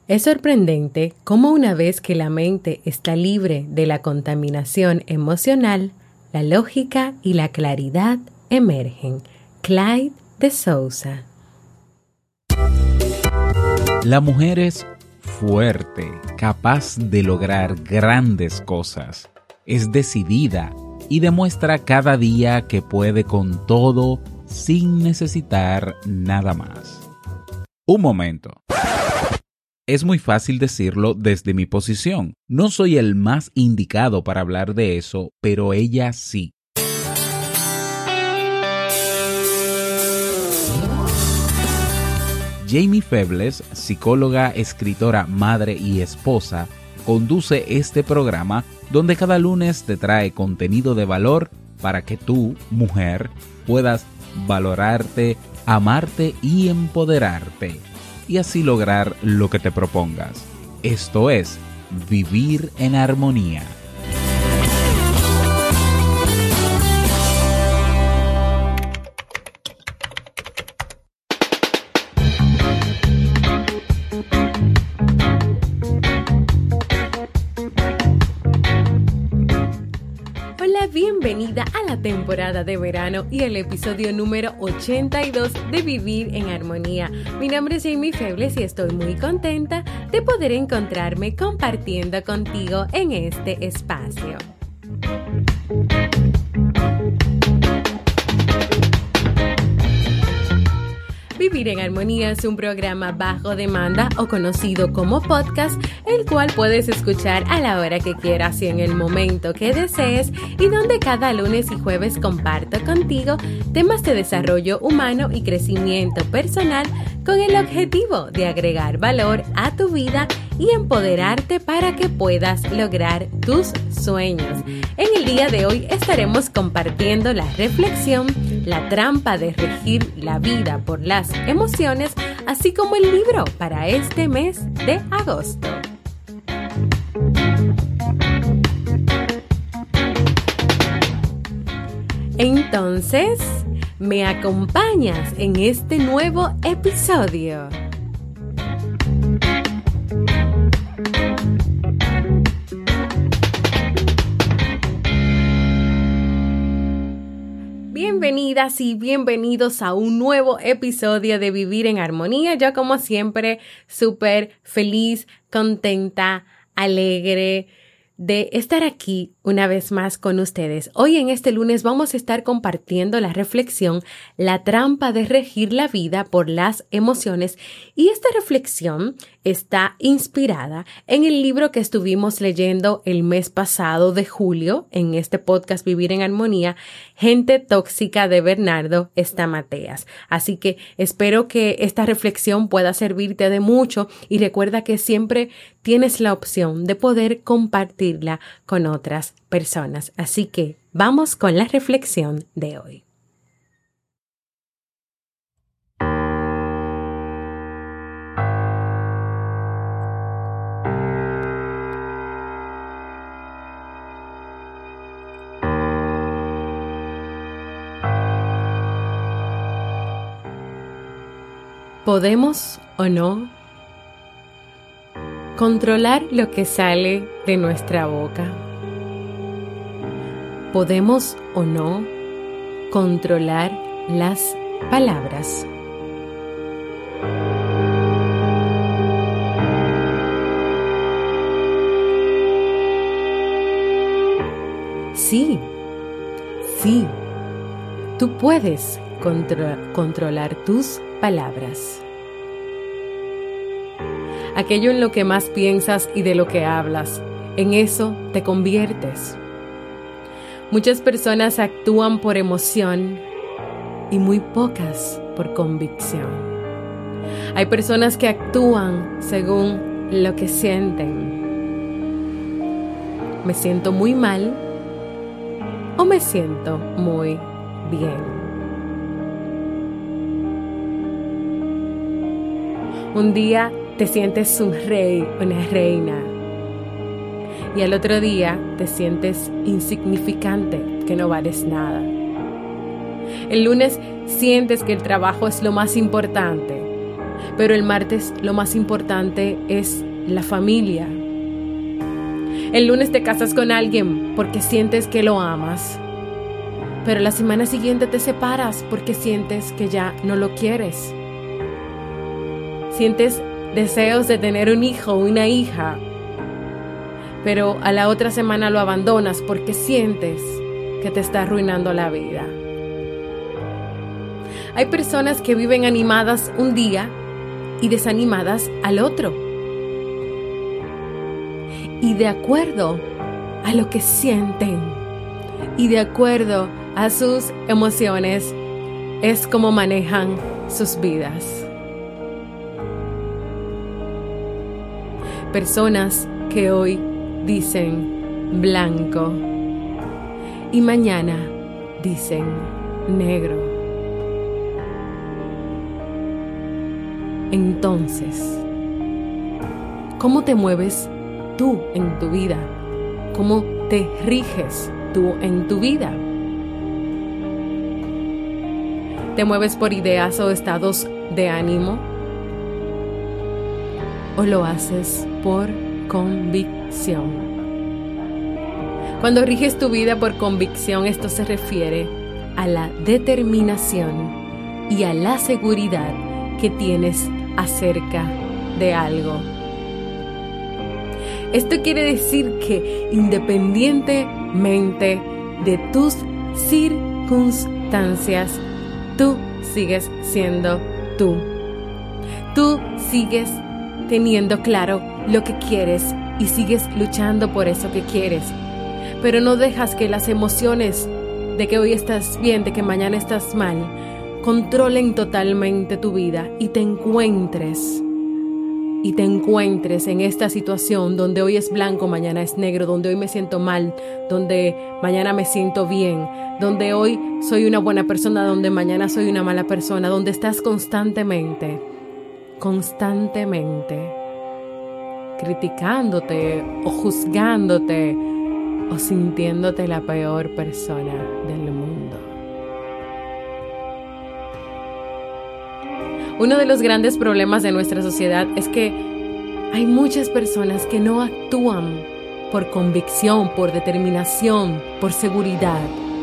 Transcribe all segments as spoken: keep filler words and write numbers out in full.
Es sorprendente cómo una vez que la mente está libre de la contaminación emocional, la lógica y la claridad emergen. Clyde de Sousa. La mujer es fuerte, capaz de lograr grandes cosas. Es decidida y demuestra cada día que puede con todo sin necesitar nada más. Un momento. Es muy fácil decirlo desde mi posición. No soy el más indicado para hablar de eso, pero ella sí. Jamie Febles, psicóloga, escritora, madre y esposa, conduce este programa donde cada lunes te trae contenido de valor para que tú, mujer, puedas valorarte, amarte y empoderarte, y así lograr lo que te propongas. Esto es Vivir en Armonía. Bienvenida a la temporada de verano y el episodio número ochenta y dos de Vivir en Armonía. Mi nombre es Jamie Febles y estoy muy contenta de poder encontrarme compartiendo contigo en este espacio. Vivir en Armonía es un programa bajo demanda o conocido como podcast, el cual puedes escuchar a la hora que quieras y en el momento que desees, y donde cada lunes y jueves comparto contigo temas de desarrollo humano y crecimiento personal con el objetivo de agregar valor a tu vida y empoderarte para que puedas lograr tus sueños. En el día de hoy estaremos compartiendo la reflexión, la trampa de regir la vida por las emociones, así como el libro para este mes de agosto. Entonces, ¿me acompañas en este nuevo episodio? Bienvenidas y bienvenidos a un nuevo episodio de Vivir en Armonía. Yo, como siempre, súper feliz, contenta, alegre de estar aquí una vez más con ustedes. Hoy en este lunes vamos a estar compartiendo la reflexión, la trampa de regir la vida por las emociones, y esta reflexión está inspirada en el libro que estuvimos leyendo el mes pasado de julio en este podcast Vivir en Armonía, Gente Tóxica, de Bernardo Estamateas. Así que espero que esta reflexión pueda servirte de mucho y recuerda que siempre tienes la opción de poder compartirla con otras personas. Así que vamos con la reflexión de hoy. ¿Podemos o no controlar lo que sale de nuestra boca? ¿Podemos o no controlar las palabras? Sí, sí, tú puedes contro- controlar tus palabras. Aquello en lo que más piensas y de lo que hablas, en eso te conviertes. Muchas personas actúan por emoción y muy pocas por convicción. Hay personas que actúan según lo que sienten. ¿Me siento muy mal o me siento muy bien? Un día te sientes un rey, una reina, y al otro día te sientes insignificante, que no vales nada. El lunes sientes que el trabajo es lo más importante, Pero el martes lo más importante es la familia. El lunes te casas con alguien porque sientes que lo amas. Pero la semana siguiente te separas porque sientes que ya no lo quieres. Sientes deseos de tener un hijo o una hija, pero a la otra semana lo abandonas porque sientes que te está arruinando la vida. Hay personas que viven animadas un día y desanimadas al otro. Y de acuerdo a lo que sienten y de acuerdo a sus emociones es como manejan sus vidas. Personas que hoy dicen blanco y mañana dicen negro. Entonces, ¿cómo te mueves tú en tu vida? ¿Cómo te riges tú en tu vida? ¿Te mueves por ideas o estados de ánimo? ¿O lo haces por convicción? Cuando riges tu vida por convicción, esto se refiere a la determinación y a la seguridad que tienes acerca de algo. Esto quiere decir que independientemente de tus circunstancias, tú sigues siendo tú. Tú sigues teniendo claro lo que quieres y sigues luchando por eso que quieres. Pero no dejas que las emociones de que hoy estás bien, de que mañana estás mal, controlen totalmente tu vida y te encuentres y te encuentres en esta situación donde hoy es blanco, mañana es negro, donde hoy me siento mal, donde mañana me siento bien, donde hoy soy una buena persona, donde mañana soy una mala persona, donde estás constantemente, constantemente criticándote o juzgándote o sintiéndote la peor persona del mundo. Uno de los grandes problemas de nuestra sociedad es que hay muchas personas que no actúan por convicción, por determinación, por seguridad.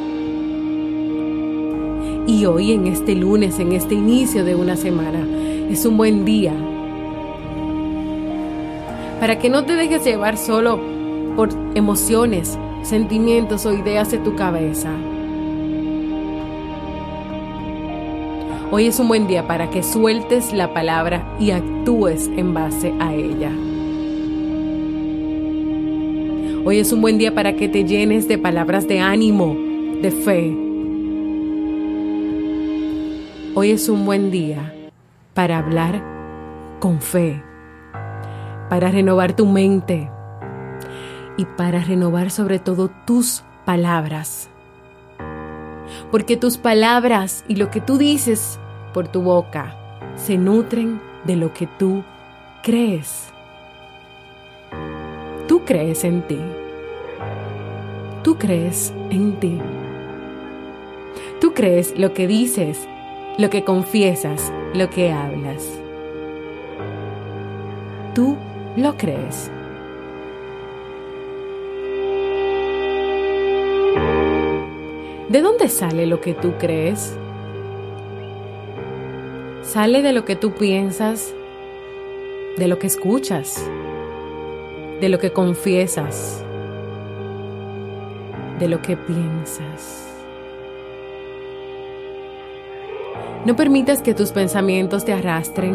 Y hoy, en este lunes, en este inicio de una semana, es un buen día para que no te dejes llevar solo por emociones, sentimientos o ideas de tu cabeza. Hoy es un buen día para que sueltes la palabra y actúes en base a ella. Hoy es un buen día para que te llenes de palabras de ánimo, de fe. Hoy es un buen día para hablar con fe, para renovar tu mente y para renovar sobre todo tus palabras. Porque tus palabras y lo que tú dices por tu boca se nutren de lo que tú crees. Tú crees en ti. Tú crees en ti. Tú crees lo que dices, lo que confiesas, lo que hablas. Tú lo crees. ¿De dónde sale lo que tú crees? Sale de lo que tú piensas, de lo que escuchas, de lo que confiesas, de lo que piensas. No permitas que tus pensamientos te arrastren.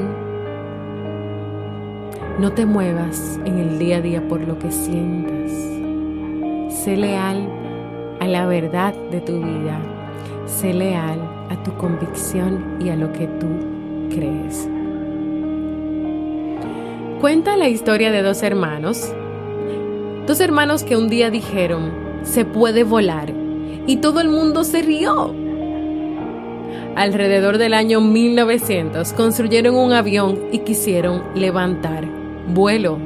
No te muevas en el día a día por lo que sientas. Sé leal a la verdad de tu vida. Sé leal a tu convicción y a lo que tú crees. Cuenta la historia de dos hermanos. Dos hermanos que un día dijeron, se puede volar, y todo el mundo se rió. Alrededor del año mil novecientos construyeron un avión y quisieron levantar vuelo.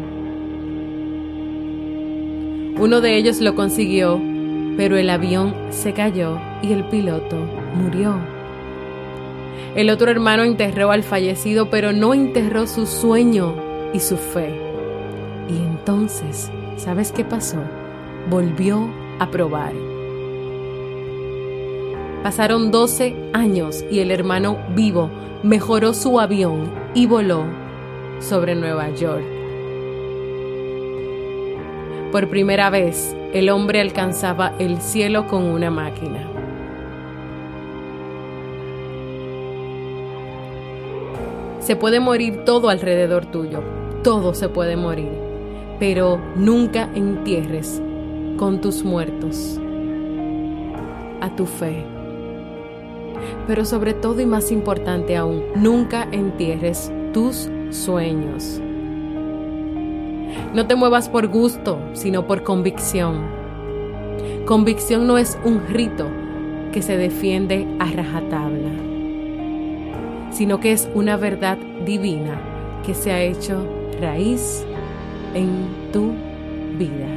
Uno de ellos lo consiguió, pero el avión se cayó y el piloto murió. El otro hermano enterró al fallecido, pero no enterró su sueño y su fe. Y entonces, ¿sabes qué pasó? Volvió a probar. Pasaron doce años y el hermano vivo mejoró su avión y voló sobre Nueva York. Por primera vez, el hombre alcanzaba el cielo con una máquina. Se puede morir todo alrededor tuyo, todo se puede morir, pero nunca entierres con tus muertos a tu fe. Pero sobre todo y más importante aún, nunca entierres tus sueños. No te muevas por gusto, sino por convicción. Convicción no es un rito que se defiende a rajatabla, sino que es una verdad divina que se ha hecho raíz en tu vida.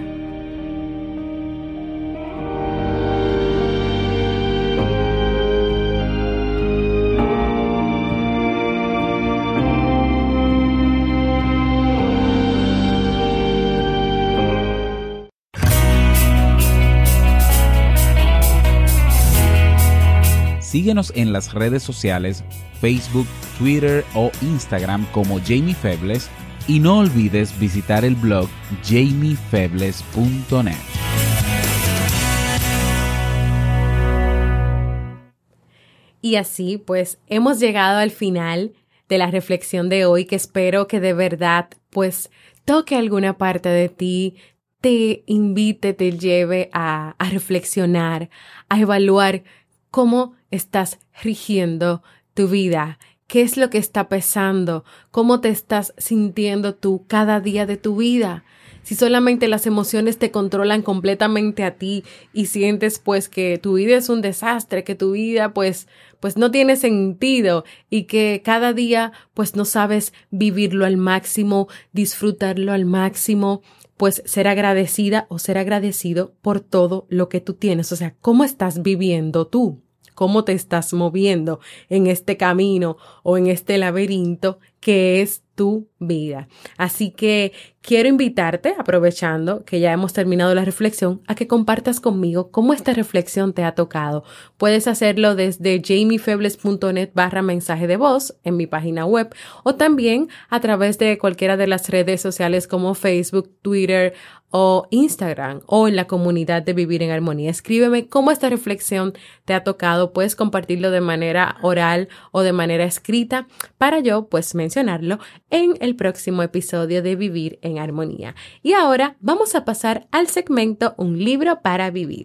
Síguenos en las redes sociales, Facebook, Twitter o Instagram como Jamie Febles y no olvides visitar el blog jamie febles punto net. Y así pues hemos llegado al final de la reflexión de hoy, que espero que de verdad pues toque alguna parte de ti, te invite, te lleve a, a reflexionar, a evaluar cómo estás rigiendo tu vida, qué es lo que está pesando, cómo te estás sintiendo tú cada día de tu vida. Si solamente las emociones te controlan completamente a ti y sientes pues que tu vida es un desastre, que tu vida pues, pues no tiene sentido y que cada día pues no sabes vivirlo al máximo, disfrutarlo al máximo, pues ser agradecida o ser agradecido por todo lo que tú tienes. O sea, ¿cómo estás viviendo tú? ¿Cómo te estás moviendo en este camino o en este laberinto que es tu vida? Así que quiero invitarte, aprovechando que ya hemos terminado la reflexión, a que compartas conmigo cómo esta reflexión te ha tocado. Puedes hacerlo desde jamie febles punto net barra mensaje de voz en mi página web o también a través de cualquiera de las redes sociales como Facebook, Twitter o Instagram o en la comunidad de Vivir en Armonía. Escríbeme cómo esta reflexión te ha tocado. Puedes compartirlo de manera oral o de manera escrita para yo pues mencionarlo en el próximo episodio de Vivir en Armonía. Y ahora vamos a pasar al segmento Un libro para vivir.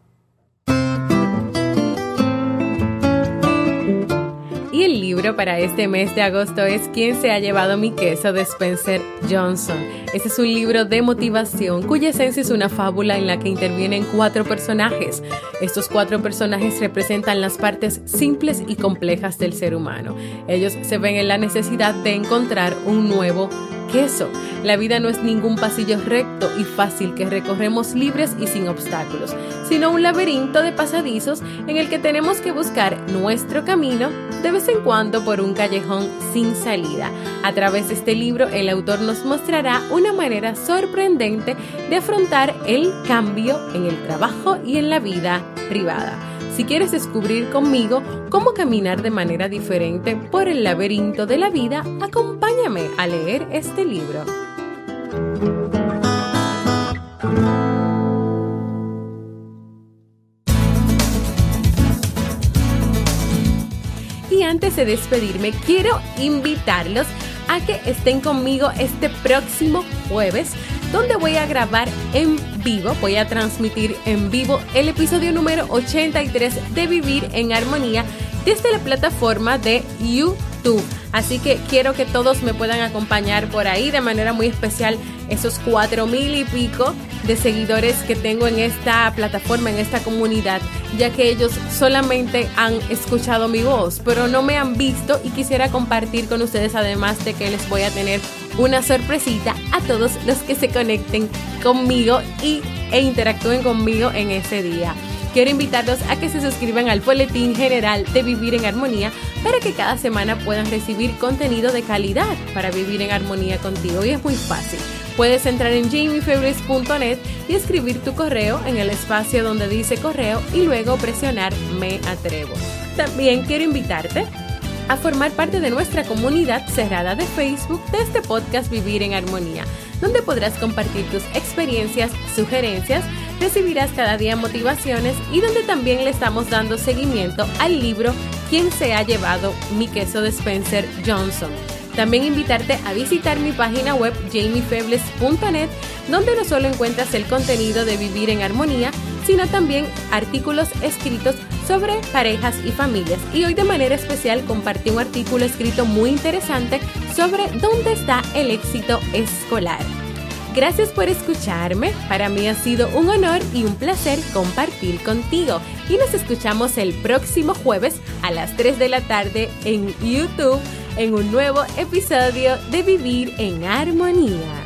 Y el libro para este mes de agosto es ¿Quién se ha llevado mi queso? De Spencer Johnson. Este es un libro de motivación cuya esencia es una fábula en la que intervienen cuatro personajes. Estos cuatro personajes representan las partes simples y complejas del ser humano. Ellos se ven en la necesidad de encontrar un nuevo queso. La vida no es ningún pasillo recto y fácil que recorremos libres y sin obstáculos, sino un laberinto de pasadizos en el que tenemos que buscar nuestro camino de vez en cuando por un callejón sin salida. A través de este libro, el autor nos mostrará una manera sorprendente de afrontar el cambio en el trabajo y en la vida privada. Si quieres descubrir conmigo cómo caminar de manera diferente por el laberinto de la vida, acompáñame a leer este libro. Y antes de despedirme, quiero invitarlos a que estén conmigo este próximo jueves, donde voy a grabar en vivo, voy a transmitir en vivo el episodio número ochenta y tres de Vivir en Armonía desde la plataforma de YouTube. Así que quiero que todos me puedan acompañar por ahí, de manera muy especial esos cuatro mil y pico de seguidores que tengo en esta plataforma, en esta comunidad, ya que ellos solamente han escuchado mi voz, pero no me han visto, y quisiera compartir con ustedes, además de que les voy a tener una sorpresita a todos los que se conecten conmigo y, e interactúen conmigo en ese día. Quiero invitarlos a que se suscriban al boletín general de Vivir en Armonía para que cada semana puedan recibir contenido de calidad para vivir en armonía contigo. Y es muy fácil. Puedes entrar en jamie febles punto net y escribir tu correo en el espacio donde dice correo y luego presionar Me Atrevo. También quiero invitarte a formar parte de nuestra comunidad cerrada de Facebook de este podcast Vivir en Armonía, donde podrás compartir tus experiencias, sugerencias, recibirás cada día motivaciones y donde también le estamos dando seguimiento al libro ¿Quién se ha llevado mi queso? De Spencer Johnson. También invitarte a visitar mi página web jamie febles punto net, donde no solo encuentras el contenido de Vivir en Armonía, sino también artículos escritos sobre parejas y familias. Y hoy de manera especial compartí un artículo escrito muy interesante sobre dónde está el éxito escolar. Gracias por escucharme. Para mí ha sido un honor y un placer compartir contigo. Y nos escuchamos el próximo jueves a las tres de la tarde en YouTube en un nuevo episodio de Vivir en Armonía.